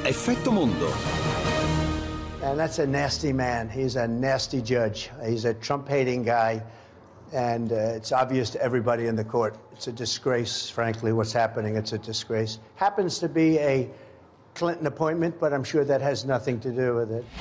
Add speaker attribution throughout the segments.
Speaker 1: Effetto Mondo.
Speaker 2: And that's a nasty man. He's a nasty judge. He's a Trump-hating guy. And it's obvious to everybody in the court. It's a disgrace, frankly, what's happening. It's a disgrace. Happens to be a Clinton appointment, but I'm sure that has nothing to do with it.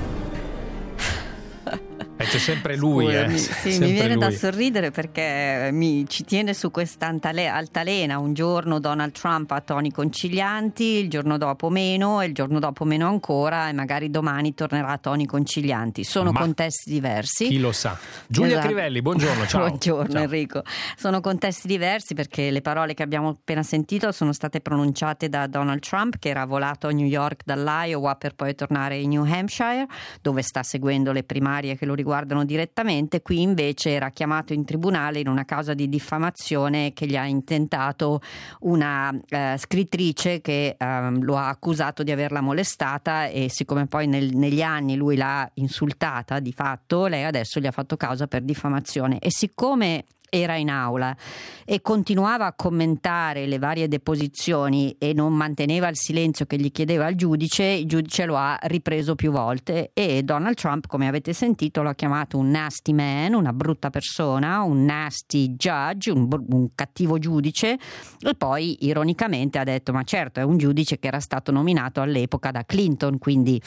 Speaker 3: C'è sempre lui,
Speaker 4: Sì,
Speaker 3: sempre
Speaker 4: mi viene
Speaker 3: lui.
Speaker 4: da sorridere perché ci tiene su questa altalena. Un giorno Donald Trump ha toni concilianti, il giorno dopo meno, e il giorno dopo meno ancora, e magari domani tornerà a toni concilianti. Sono contesti diversi.
Speaker 3: Chi lo sa. Giulia
Speaker 4: Esatto.
Speaker 3: Crivelli, buongiorno, ciao.
Speaker 4: Buongiorno
Speaker 3: Ciao.
Speaker 4: Enrico. Sono contesti diversi perché le parole che abbiamo appena sentito sono state pronunciate da Donald Trump, che era volato a New York dall'Iowa per poi tornare in New Hampshire, dove sta seguendo le primarie che lo riguardano direttamente. Qui invece era chiamato in tribunale in una causa di diffamazione che gli ha intentato una scrittrice che lo ha accusato di averla molestata, e siccome poi negli anni lui l'ha insultata di fatto, lei adesso gli ha fatto causa per diffamazione. E siccome era in aula e continuava a commentare le varie deposizioni e non manteneva il silenzio che gli chiedeva il giudice lo ha ripreso più volte, e Donald Trump, come avete sentito, lo ha chiamato un nasty man, una brutta persona, un nasty judge, un cattivo giudice, e poi ironicamente ha detto: ma certo, è un giudice che era stato nominato all'epoca da Clinton, quindi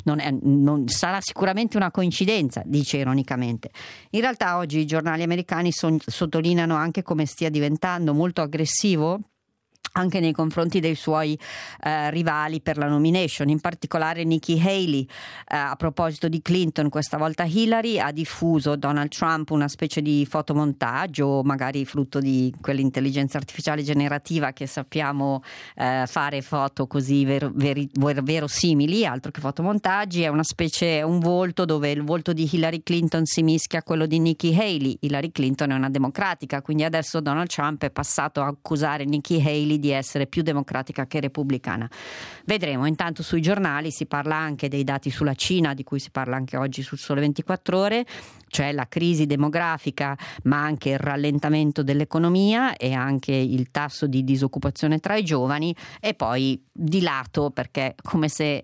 Speaker 4: non sarà sicuramente una coincidenza, dice ironicamente. In realtà oggi i giornali americani sottolineano anche come stia diventando molto aggressivo anche nei confronti dei suoi rivali per la nomination, in particolare Nikki Haley. A proposito di Clinton, questa volta Hillary, ha diffuso Donald Trump una specie di fotomontaggio, magari frutto di quell'intelligenza artificiale generativa che sappiamo fare foto così verosimili, altro che fotomontaggi. È una specie, un volto dove il volto di Hillary Clinton si mischia a quello di Nikki Haley. Hillary Clinton è una democratica, quindi adesso Donald Trump è passato a accusare Nikki Haley di essere più democratica che repubblicana. Vedremo. Intanto sui giornali si parla anche dei dati sulla Cina, di cui si parla anche oggi sul Sole 24 Ore, cioè la crisi demografica, ma anche il rallentamento dell'economia e anche il tasso di disoccupazione tra i giovani. E poi di lato, perché come se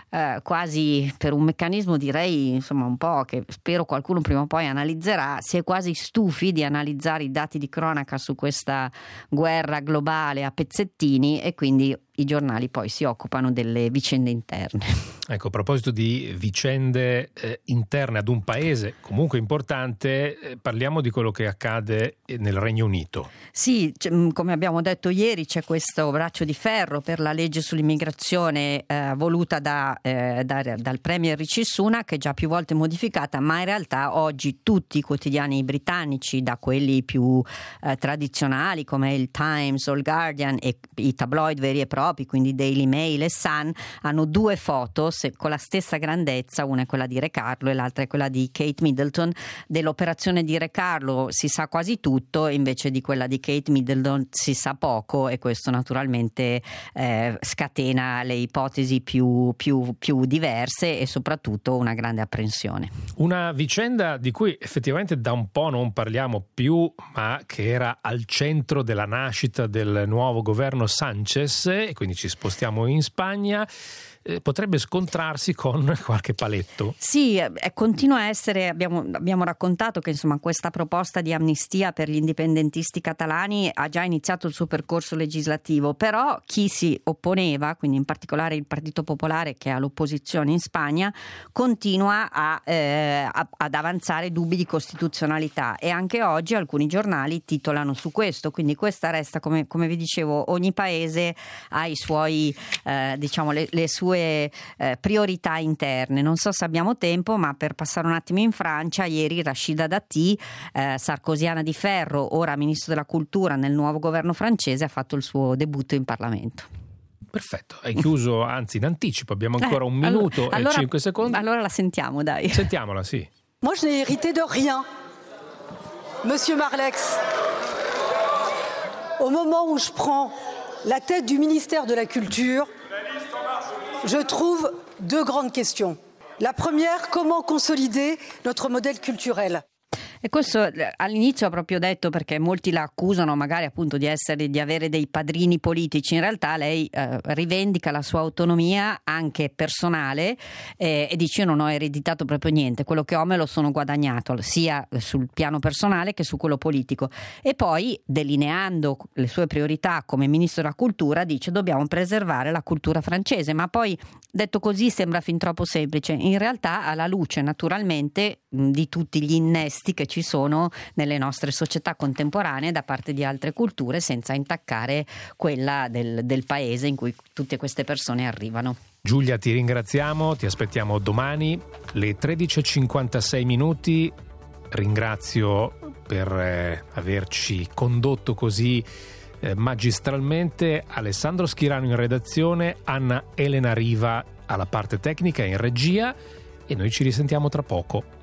Speaker 4: quasi per un meccanismo, direi, insomma, un po' che spero qualcuno prima o poi analizzerà, si è quasi stufi di analizzare i dati di cronaca su questa guerra globale a pezzettini, e quindi i giornali poi si occupano delle vicende interne.
Speaker 3: Ecco, a proposito di vicende interne ad un paese comunque importante, parliamo di quello che accade nel Regno Unito.
Speaker 4: Sì, come abbiamo detto ieri, c'è questo braccio di ferro per la legge sull'immigrazione voluta dal premier Rishi Sunak, che è già più volte modificata, ma in realtà oggi tutti i quotidiani britannici, da quelli più tradizionali come il Times o il Guardian, e i tabloid veri e propri, quindi Daily Mail e Sun, hanno due foto con la stessa grandezza. Una è quella di Re Carlo e l'altra è quella di Kate Middleton. Dell'operazione di Re Carlo si sa quasi tutto, invece di quella di Kate Middleton si sa poco, e questo naturalmente scatena le ipotesi più diverse e soprattutto una grande apprensione.
Speaker 3: Una vicenda di cui effettivamente da un po' non parliamo più, ma che era al centro della nascita del nuovo governo Sanchez, e quindi ci spostiamo in Spagna. Potrebbe scontrarsi con qualche paletto.
Speaker 4: Sì, continua a essere, abbiamo raccontato che insomma questa proposta di amnistia per gli indipendentisti catalani ha già iniziato il suo percorso legislativo, però chi si opponeva, quindi in particolare il Partito Popolare, che è all'opposizione in Spagna, continua ad avanzare dubbi di costituzionalità, e anche oggi alcuni giornali titolano su questo. Quindi questa resta, come vi dicevo, ogni paese ha i suoi diciamo le sue priorità interne. Non so se abbiamo tempo, ma per passare un attimo in Francia, ieri Rachida Dati, sarcosiana di ferro, ora ministro della cultura nel nuovo governo francese, ha fatto il suo debutto in Parlamento.
Speaker 3: Perfetto, hai chiuso anzi in anticipo, abbiamo ancora un minuto e 5 secondi.
Speaker 4: Allora la sentiamo, dai.
Speaker 3: Sentiamola, sì.
Speaker 5: Moi je n'ai hérité de rien, Monsieur Marlex. Au moment où je prends la tête du ministère de la Culture, je trouve deux grandes questions. La première, comment consolider notre modèle culturel?
Speaker 4: E questo all'inizio ha proprio detto, perché molti la accusano magari appunto di avere dei padrini politici. In realtà lei rivendica la sua autonomia anche personale e dice: io non ho ereditato proprio niente, quello che ho me lo sono guadagnato sia sul piano personale che su quello politico. E poi, delineando le sue priorità come ministro della cultura, dice: dobbiamo preservare la cultura francese. Ma poi, detto così, sembra fin troppo semplice. In realtà, alla luce naturalmente di tutti gli innesti che ci sono nelle nostre società contemporanee da parte di altre culture, senza intaccare quella del paese in cui tutte queste persone arrivano.
Speaker 3: Giulia, ti ringraziamo, ti aspettiamo domani, le 13:56. Ringrazio per averci condotto così magistralmente Alessandro Schirano in redazione, Anna Elena Riva alla parte tecnica in regia, e noi ci risentiamo tra poco.